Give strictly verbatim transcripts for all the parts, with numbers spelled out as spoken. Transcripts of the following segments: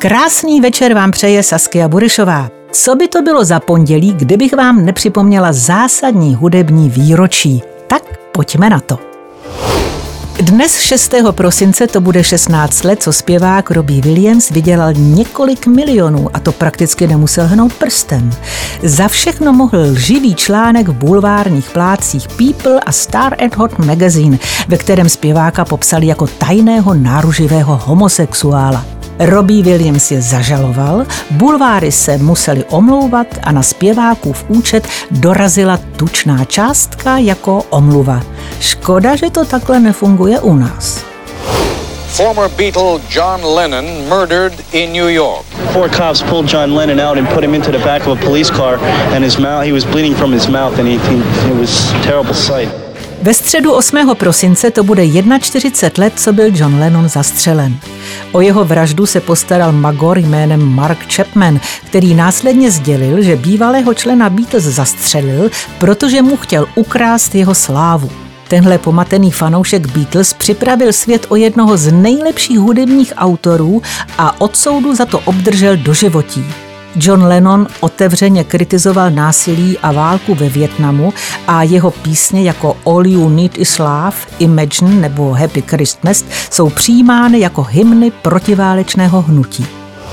Krásný večer vám přeje Saskia Burešová. Co by to bylo za pondělí, kdybych vám nepřipomněla zásadní hudební výročí? Tak pojďme na to. Dnes šestého prosince to bude šestnáct let, co zpěvák Robbie Williams vydělal několik milionů a to prakticky nemusel hnout prstem. Za všechno mohl lživý článek v bulvárních plátcích People a Star and Hot Magazine, ve kterém zpěváka popsali jako tajného náruživého homosexuála. Robbie Williams je zažaloval, bulváry se museli omlouvat a na zpěvákův účet dorazila tučná částka jako omluva. Škoda, že to takhle nefunguje u nás. Former Beatle John Lennon murdered in New York. Four cops pulled John Lennon out and put him into the back of a police car, and his mouth, he was bleeding from his mouth, and he, he, it was a terrible sight. Ve středu osmého prosince to bude čtyřicet jedna let, co byl John Lennon zastřelen. O jeho vraždu se postaral magor jménem Mark Chapman, který následně sdělil, že bývalého člena Beatles zastřelil, protože mu chtěl ukrást jeho slávu. Tenhle pomatený fanoušek Beatles připravil svět o jednoho z nejlepších hudebních autorů a od soudu za to obdržel doživotí. John Lennon otevřeně kritizoval násilí a válku ve Vietnamu a jeho písně jako All You Need Is Love, Imagine nebo Happy Christmas jsou přijímány jako hymny protiválečného hnutí.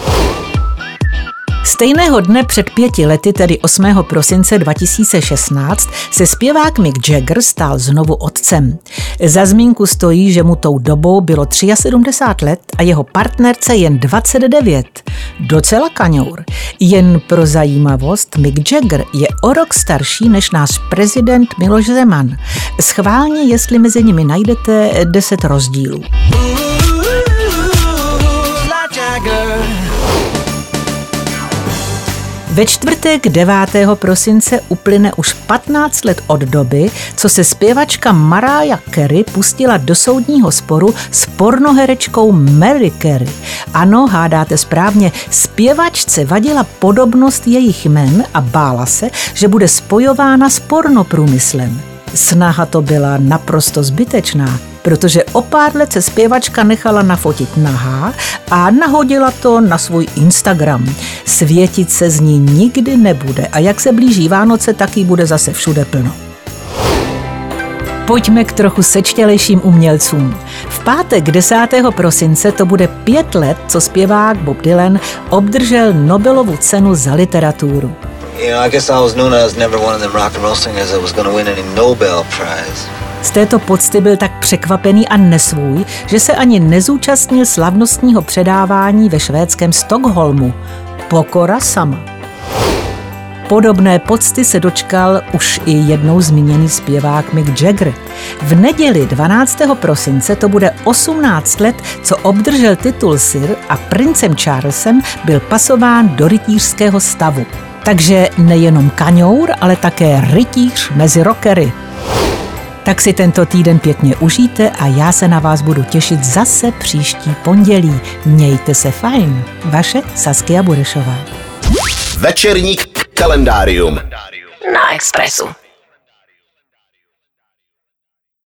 Stejného dne před pěti lety, tedy osmého prosince dva tisíce šestnáct, se zpěvák Mick Jagger stal znovu otcem. Za zmínku stojí, že mu tou dobou bylo sedmdesát tři let a jeho partnerce jen dvacet devět. Docela kaňour. Jen pro zajímavost, Mick Jagger je o rok starší než náš prezident Miloš Zeman. Schválně, jestli mezi nimi najdete deset rozdílů. Ve čtvrtek devátého prosince uplyne už patnáct let od doby, co se zpěvačka Mariah Carey pustila do soudního sporu s pornoherečkou Mary Carey. Ano, hádáte správně, zpěvačce vadila podobnost jejich jmen a bála se, že bude spojována s pornoprůmyslem. Snaha to byla naprosto zbytečná, protože o pár let se zpěvačka nechala nafotit nahá a nahodila to na svůj Instagram. Světit se z ní nikdy nebude a jak se blíží Vánoce, tak jí bude zase všude plno. Pojďme k trochu sečtělejším umělcům. V pátek desátého prosince to bude pět let, co zpěvák Bob Dylan obdržel Nobelovu cenu za literaturu. You know, I guess I was known as never one of them rock and roll singers that was going to win any Nobel Prize. Z této pocty byl tak překvapený a nesvůj, že se ani nezúčastnil slavnostního předávání ve švédském Stockholmu. Pokora sama. Podobné pocty se dočkal už i jednou zmíněný zpěvák Mick Jagger. V neděli dvanáctého prosince to bude osmnáct let, co obdržel titul Sir a princem Charlesem byl pasován do rytířského stavu. Takže nejenom kaňour, ale také rytíř mezi rockery. Tak si tento týden pěkně užijte a já se na vás budu těšit zase příští pondělí. Mějte se fajn. Vaše Saskia Burešová. Večerní kalendárium na Expressu.